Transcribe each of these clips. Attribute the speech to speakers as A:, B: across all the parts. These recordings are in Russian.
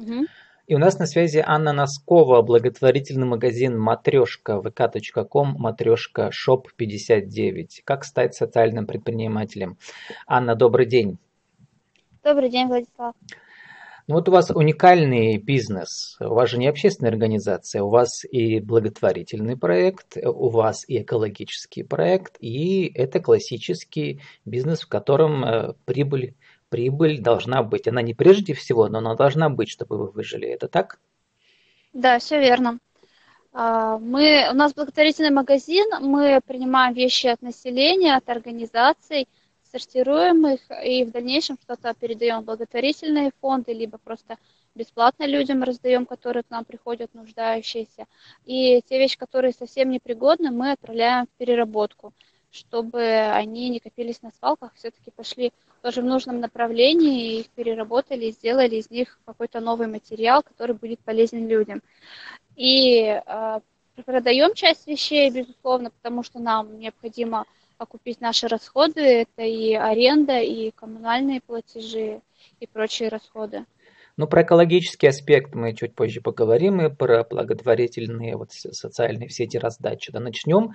A: Мгм.
B: И у нас на связи Анна Носкова, благотворительный магазин «Матрешка», vk.com, матрешка, shop 59. Как стать социальным предпринимателем? Анна, добрый день.
A: Добрый день, Владислав.
B: Ну вот у вас уникальный бизнес. У вас же не общественная организация, у вас и благотворительный проект, у вас и экологический проект, и это классический бизнес, в котором прибыль должна быть. Она не прежде всего, но она должна быть, чтобы вы выжили. Это так?
A: Да, все верно. У нас благотворительный магазин, мы принимаем вещи от населения, от организаций, сортируем их и в дальнейшем что-то передаем в благотворительные фонды, либо просто бесплатно людям раздаем, которые к нам приходят нуждающиеся. И те вещи, которые совсем непригодны, мы отправляем в переработку, чтобы они не копились на свалках, все-таки пошли тоже в нужном направлении, их переработали и сделали из них какой-то новый материал, который будет полезен людям. И продаем часть вещей, безусловно, потому что нам необходимо окупить наши расходы. Это и аренда, и коммунальные платежи, и прочие расходы.
B: Ну, про экологический аспект мы чуть позже поговорим, и про благотворительные вот социальные все эти раздачи. Да. Начнем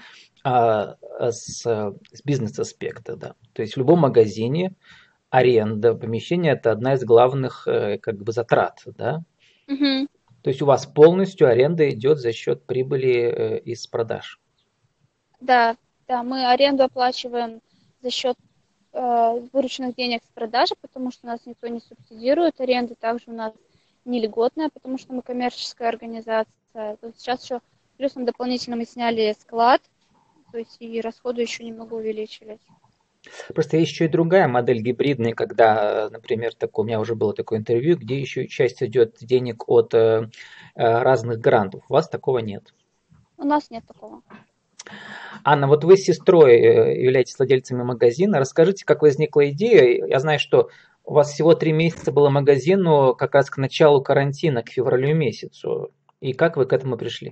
B: с бизнес-аспекта. Да. То есть в любом магазине аренда помещения – это одна из главных как бы затрат. Да.
A: Мгм.
B: То есть у вас полностью аренда идет за счет прибыли из продаж.
A: Да, да, мы аренду оплачиваем за счет вырученных денег с продажи, потому что нас никто не субсидирует. Аренда также у нас не льготная, потому что мы коммерческая организация. Тут сейчас еще плюсом дополнительно мы сняли склад, то есть и расходы еще немного увеличились.
B: Просто есть еще и другая модель гибридная, когда, например, у меня уже было такое интервью, где еще часть идет денег от разных грантов. У вас такого нет.
A: У нас нет такого.
B: Анна, вот вы с сестрой являетесь владельцами магазина. Расскажите, как возникла идея. Я знаю, что у вас всего 3 месяца было магазину как раз к началу карантина, к февралю месяцу. И как вы к этому пришли?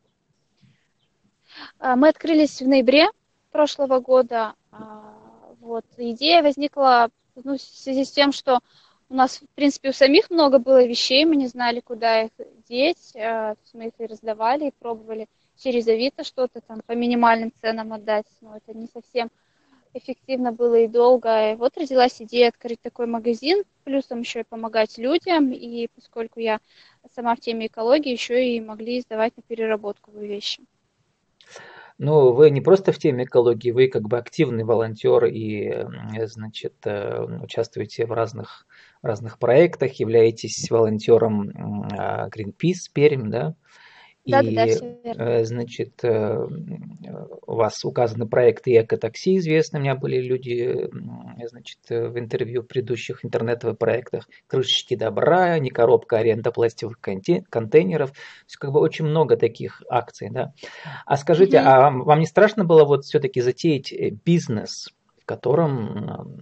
A: Мы открылись в ноябре прошлого года. Вот. Идея возникла, ну, в связи с тем, что у нас, в принципе, у самих много было вещей, мы не знали, куда их деть. То есть мы их и раздавали, и пробовали через Авито что-то там по минимальным ценам отдать. Но это не совсем эффективно было и долго. И вот родилась идея открыть такой магазин, плюсом еще и помогать людям. И поскольку я сама в теме экологии, еще и могли сдавать на переработку вещи.
B: Ну, вы не просто в теме экологии, вы как бы активный волонтер и, значит, участвуете в разных проектах, являетесь волонтером Greenpeace Пермь, да?
A: Да-да-да,
B: И,
A: все верно.
B: значит, у вас указаны проекты экотакси, известны, у меня были люди, значит, в интервью в предыдущих интернет-проектах, крышечки добра, не коробка, а аренда пластиковых контейнеров. То есть, как бы очень много таких акций, да. А скажите,
A: Мгм.
B: а вам не страшно было вот все-таки затеять бизнес, в котором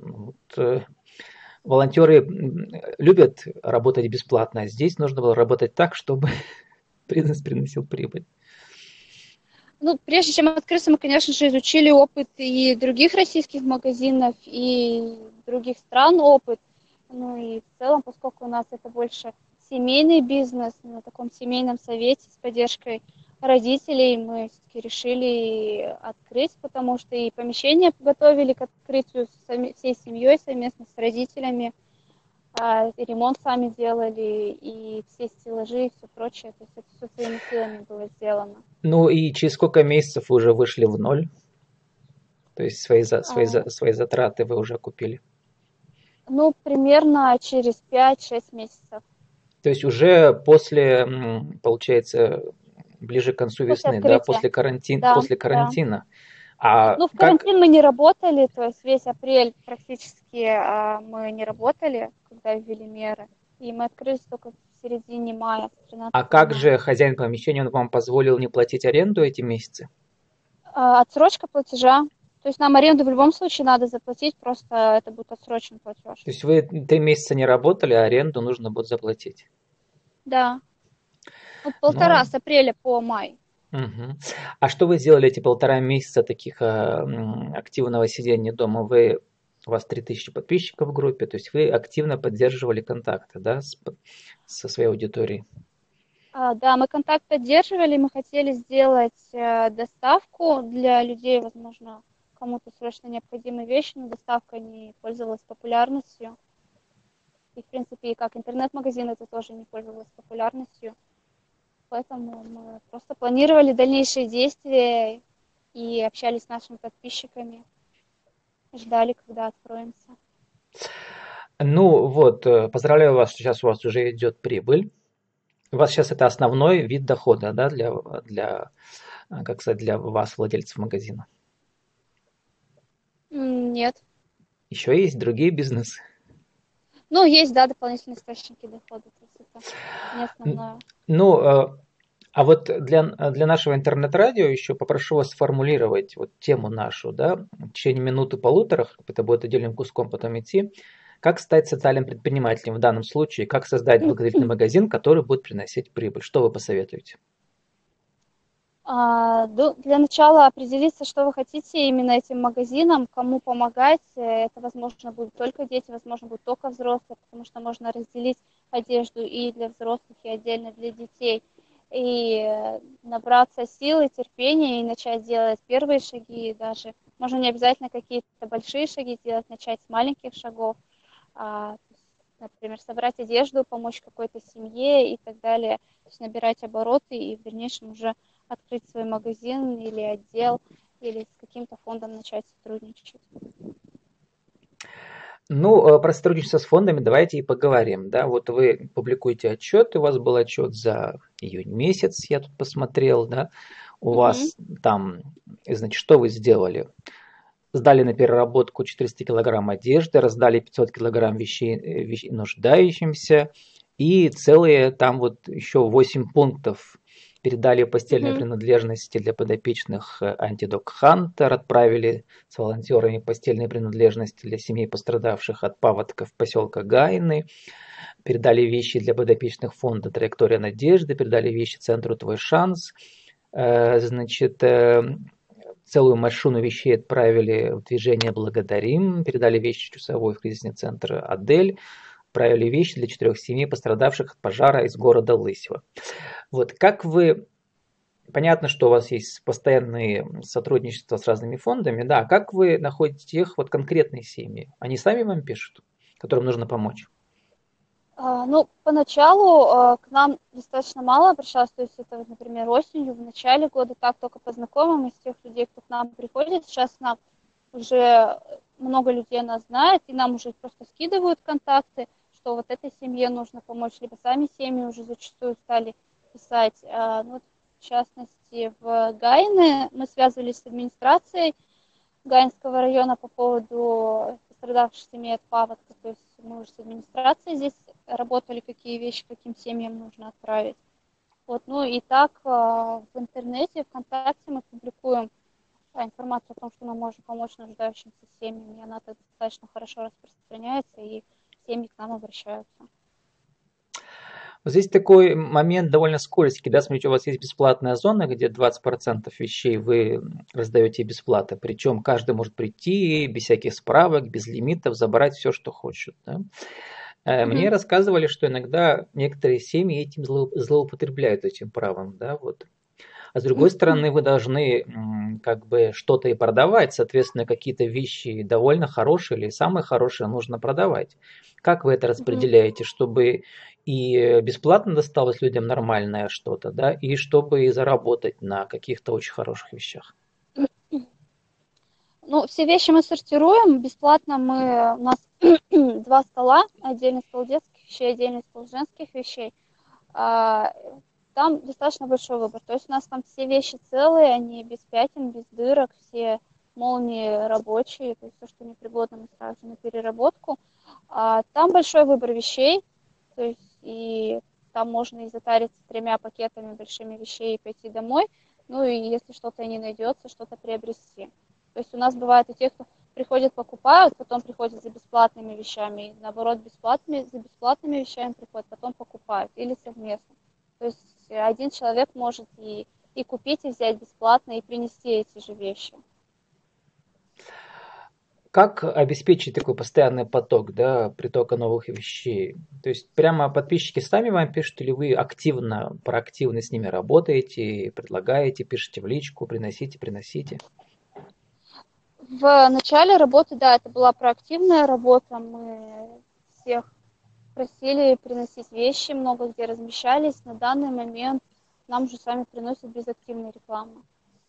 B: волонтеры любят работать бесплатно, а здесь нужно было работать так, чтобы бизнес приносил прибыль?
A: Ну, прежде чем открыться, мы, конечно же, изучили опыт и других российских магазинов, и других стран опыт. Ну и в целом, поскольку у нас это больше семейный бизнес, на таком семейном совете с поддержкой родителей мы все-таки решили открыть, потому что и помещение готовили к открытию всей семьей совместно с родителями. И ремонт сами делали, и все стеллажи, и все прочее. То есть это все своими силами было сделано.
B: Ну и через сколько месяцев вы уже вышли в ноль? То есть
A: А,
B: свои затраты вы уже купили.
A: Ну, примерно через 5-6 месяцев
B: То есть уже после, получается, ближе к концу
A: после
B: весны, да,
A: открытия. Да,
B: после
A: да.
B: карантина. А
A: Ну, в
B: как,
A: карантин мы не работали, то есть весь апрель практически мы не работали, когда ввели меры. И мы открылись только в середине мая,
B: а
A: 13
B: как же
A: мая.
B: хозяин помещения, он вам позволил не платить аренду эти месяцы?
A: Отсрочка платежа. То есть нам аренду в любом случае надо заплатить, просто это будет отсрочен платеж.
B: То есть вы 3 месяца не работали, а аренду нужно будет заплатить.
A: Да. Ну,
B: Ну,
A: полтора с апреля по май.
B: мгм. А что вы сделали эти 1,5 месяца таких активного сидения дома? Вы у вас 3000 подписчиков в группе, то есть вы активно поддерживали контакты, да, со своей аудиторией.
A: Да, мы контакт поддерживали, мы хотели сделать доставку для людей, возможно, кому-то срочно необходимые вещи, но доставка не пользовалась популярностью. И, в принципе, и как интернет-магазин это тоже не пользовалось популярностью. Поэтому мы просто планировали дальнейшие действия и общались с нашими подписчиками, ждали, когда откроемся.
B: Ну вот, поздравляю вас, что сейчас у вас уже идет прибыль. У вас сейчас это основной вид дохода, да, как сказать, для вас, владельцев магазина.
A: Нет.
B: Еще есть другие бизнесы?
A: Ну, есть, да, дополнительные источники дохода, то есть это не основное.
B: Ну, а вот для нашего интернет-радио еще попрошу вас сформулировать вот тему нашу, да, в течение минуты-полутора, это будет отдельным куском потом идти, как стать социальным предпринимателем в данном случае, как создать благотворительный магазин, который будет приносить прибыль. Что вы посоветуете?
A: Для начала определиться, что вы хотите именно этим магазином, кому помогать. Это, возможно, будут только дети, возможно, будут только взрослые, потому что можно разделить одежду и для взрослых, и отдельно для детей. И набраться силы, терпения и начать делать первые шаги даже. Можно не обязательно какие-то большие шаги делать, начать с маленьких шагов. Например, собрать одежду, помочь какой-то семье и так далее. То есть набирать обороты и в дальнейшем уже открыть свой магазин или отдел, или с каким-то фондом начать сотрудничать.
B: Ну, про сотрудничество с фондами давайте и поговорим. Да? Вот вы публикуете отчет, у вас был отчет за июнь месяц, я тут посмотрел, да, у вас там, значит, что вы сделали? Сдали на переработку 400 килограмм одежды, раздали 500 килограмм вещей нуждающимся, и целые там вот еще 8 пунктов. Передали постельные принадлежности для подопечных Антидок Хантер, отправили с волонтерами постельные принадлежности для семей, пострадавших от паводков поселка Гайны, передали вещи для подопечных фонда «Траектория надежды», передали вещи центру «Твой шанс», значит, целую машину вещей отправили в движение «Благодарим», передали вещи часовой в кризисный центр «Адель», отправили вещи для 4 семей, пострадавших от пожара из города Лысьва. Вот как вы, понятно, что у вас есть постоянные сотрудничества с разными фондами, да, как вы находите тех вот конкретные семьи? Они сами вам пишут, которым нужно помочь?
A: Ну, поначалу к нам достаточно мало обращалось, то есть это, например, осенью, в начале года, так только по знакомым из тех людей, кто к нам приходит. Сейчас нам уже много людей нас знает, и нам уже просто скидывают контакты, что вот этой семье нужно помочь, либо сами семьи уже зачастую стали писать. Ну, в частности, в Гайне мы связывались с администрацией Гаинского района по поводу пострадавших семей от паводка. То есть мы уже с администрацией здесь работали, какие вещи каким семьям нужно отправить. Вот, ну и так в интернете, ВКонтакте мы публикуем информацию о том, что мы можем помочь нуждающимся семьям, и она достаточно хорошо распространяется, и семьи к нам обращаются.
B: Здесь такой момент довольно скользкий, да, смотрите, у вас есть бесплатная зона, где 20% вещей вы раздаете бесплатно, причем каждый может прийти без всяких справок, без лимитов, забрать все, что хочет. Да. Мне рассказывали, что иногда некоторые семьи этим злоупотребляют этим правом, да, вот. А с другой стороны, вы должны как бы что-то и продавать, соответственно, какие-то вещи довольно хорошие или самые хорошие нужно продавать. Как вы это распределяете, чтобы и бесплатно досталось людям нормальное что-то, да, и чтобы и заработать на каких-то очень хороших вещах?
A: Ну, все вещи мы сортируем. Бесплатно у нас 2 стола. Отдельный стол детских вещей, отдельный стол женских вещей. Там достаточно большой выбор. То есть у нас там все вещи целые, они без пятен, без дырок, все молнии рабочие. То есть все, что непригодно, мы сразу на переработку. Там большой выбор вещей. То есть и там можно и затариться 3 пакетами большими вещей и пойти домой. Ну и если что-то не найдется, что-то приобрести. То есть у нас бывает и те, кто приходят, покупают, потом приходят за бесплатными вещами, и наоборот, за бесплатными вещами приходят, потом покупают, или совместно. То есть один человек может и купить, и взять бесплатно, и принести эти же вещи.
B: как обеспечить такой постоянный поток, да, притока новых вещей? То есть прямо подписчики сами вам пишут, или вы активно, проактивно с ними работаете, предлагаете, пишете в личку, приносите?
A: В начале работы, да, это была проактивная работа. Мы всех просили приносить вещи, много где размещались. На данный момент нам уже сами приносят без активной рекламы.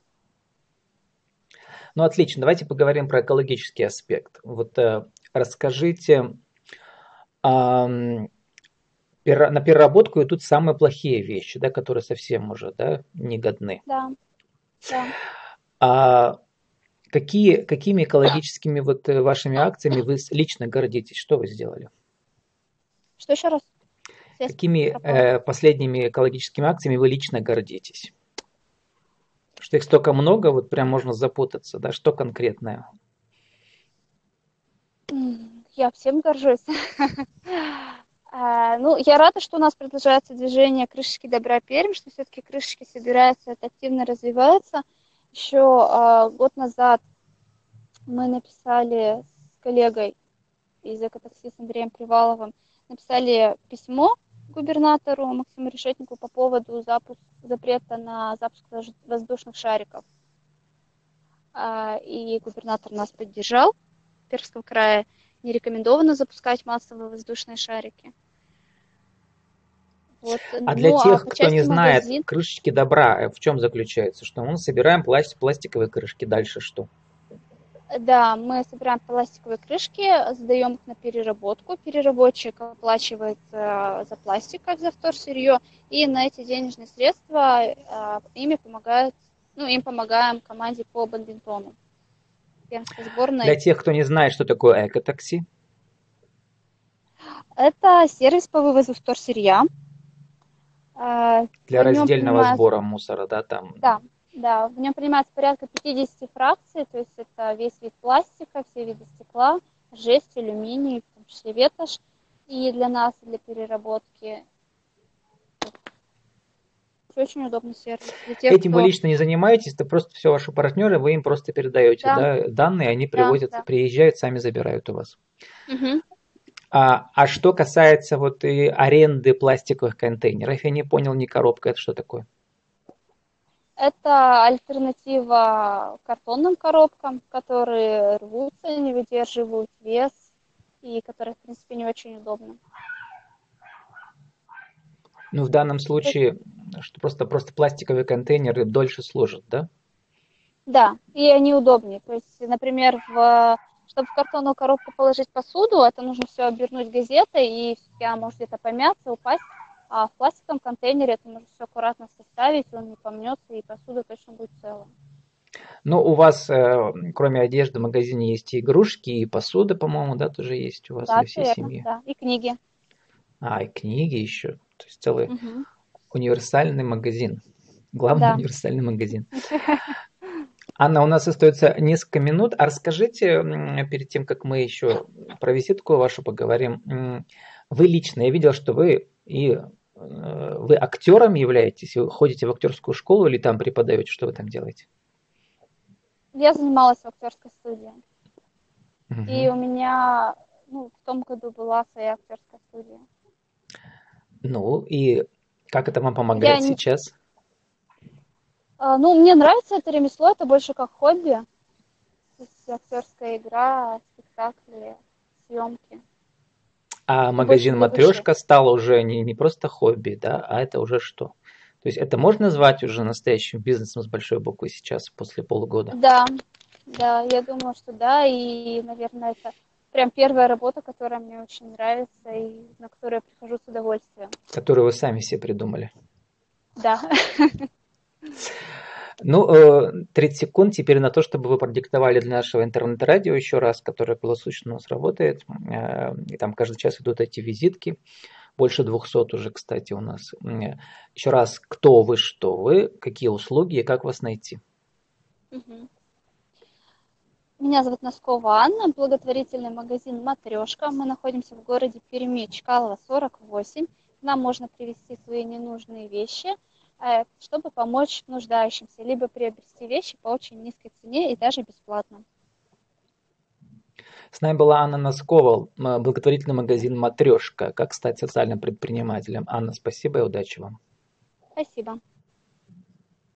B: Ну, отлично, давайте поговорим про экологический аспект. Вот расскажите, ам, на переработку идут самые плохие вещи, да, которые совсем уже, да, негодны.
A: Да, да.
B: А какими экологическими вот вашими акциями вы лично гордитесь? Что вы сделали?
A: Что еще раз? Связь
B: Какими
A: пропала.
B: последними экологическими акциями вы лично гордитесь? Что их столько много, вот прям можно запутаться, да? Что конкретное?
A: Я всем горжусь. Ну, я рада, что у нас продолжается движение «Крышечки добра Пермь», что все-таки крышечки собираются, это активно развивается. Еще год назад мы написали с коллегой из «Экотакси» с Андреем Приваловым, написали письмо губернатору Максиму Решетнику по поводу запрета на запуск воздушных шариков. И губернатор нас поддержал. В Пермском крае не рекомендовано запускать массовые воздушные шарики. Вот.
B: А для
A: Ну, а
B: тех,
A: по
B: кто не
A: части
B: знает,
A: магазин,
B: крышечки добра в чем заключается? Что мы собираем пластиковые крышки, дальше что?
A: да, мы собираем пластиковые крышки, сдаем их на переработку. Переработчик оплачивает за пластик, как за вторсырье, и на эти денежные средства им помогаем команде по бадминтону. Пермской
B: Для
A: сборной.
B: тех, кто не знает, что такое экотакси,
A: Это сервис по вывозу вторсырья.
B: для
A: В нем
B: раздельного
A: принимаются,
B: сбора мусора, да, там.
A: да, да, в нем принимается порядка 50 фракций, то есть это весь вид пластика, все виды стекла, жесть, алюминий, в том числе ветошь. И для нас, и для переработки очень удобный сервис. Для тех,
B: Этим вы
A: кто...
B: лично не занимаетесь, это просто все ваши партнеры, вы им просто передаете,
A: Да,
B: да, данные, они
A: да,
B: привозят,
A: да.
B: приезжают, сами забирают у вас.
A: Мгм.
B: А что касается вот и аренды пластиковых контейнеров, я не понял, не коробка, это что такое?
A: Это альтернатива картонным коробкам, которые рвутся, не выдерживают вес и которые, в принципе, не очень удобны.
B: Ну, в данном случае, что просто пластиковые контейнеры дольше служат, да?
A: Да, и они удобнее. То есть, например, чтобы в картонную коробку положить посуду, это нужно все обернуть газетой, и все-таки она может где-то помяться, упасть. А в пластиковом контейнере это можно все аккуратно составить, он не помнется, и посуда точно будет целая.
B: Ну, у вас, кроме одежды, в магазине есть и игрушки, и посуда, по-моему, да, тоже есть у вас
A: Да,
B: для
A: все
B: всей
A: верно,
B: семьи.
A: да. И книги.
B: А, и книги еще. То есть целый
A: Мгм.
B: универсальный магазин. Главный
A: Да.
B: универсальный магазин. Анна, у нас остается несколько минут. А расскажите, перед тем, как мы еще про визитку вашу поговорим, вы лично, я видел, что вы актером являетесь, вы ходите в актерскую школу или там преподаете, что вы там делаете?
A: Я занималась в актерской студии. И
B: Мгм.
A: у меня, в том году была своя актерская студия.
B: Ну, и как это вам
A: Я
B: помогает
A: не...
B: сейчас?
A: Мне нравится это ремесло, это больше как хобби. То есть актерская игра, спектакли, съемки.
B: А
A: Это больше
B: магазин
A: для души.
B: «Матрешка» стал уже не просто хобби, да, а это уже что? То есть это можно назвать уже настоящим бизнесом с большой буквы сейчас, после полугода,
A: Да, да, я думаю, что да. И, наверное, это прям первая работа, которая мне очень нравится и на которую я прихожу с удовольствием.
B: которую вы сами себе придумали?
A: Да.
B: Ну, 30 секунд теперь на то, чтобы вы продиктовали для нашего интернет-радио еще раз, которое круглосуточно у нас работает. И там каждый час идут эти визитки. Больше 200 уже, кстати, у нас. Еще раз, кто вы, что вы, какие услуги и как вас найти.
A: Мгм. Меня зовут Носкова Анна, благотворительный магазин «Матрешка». Мы находимся в городе Перми, Чкалова, 48. К нам можно привезти свои ненужные вещи, чтобы помочь нуждающимся, либо приобрести вещи по очень низкой цене и даже бесплатно.
B: С нами была Анна Носкова, благотворительный магазин «Матрешка». Как стать социальным предпринимателем. Анна, спасибо и удачи вам.
A: Спасибо.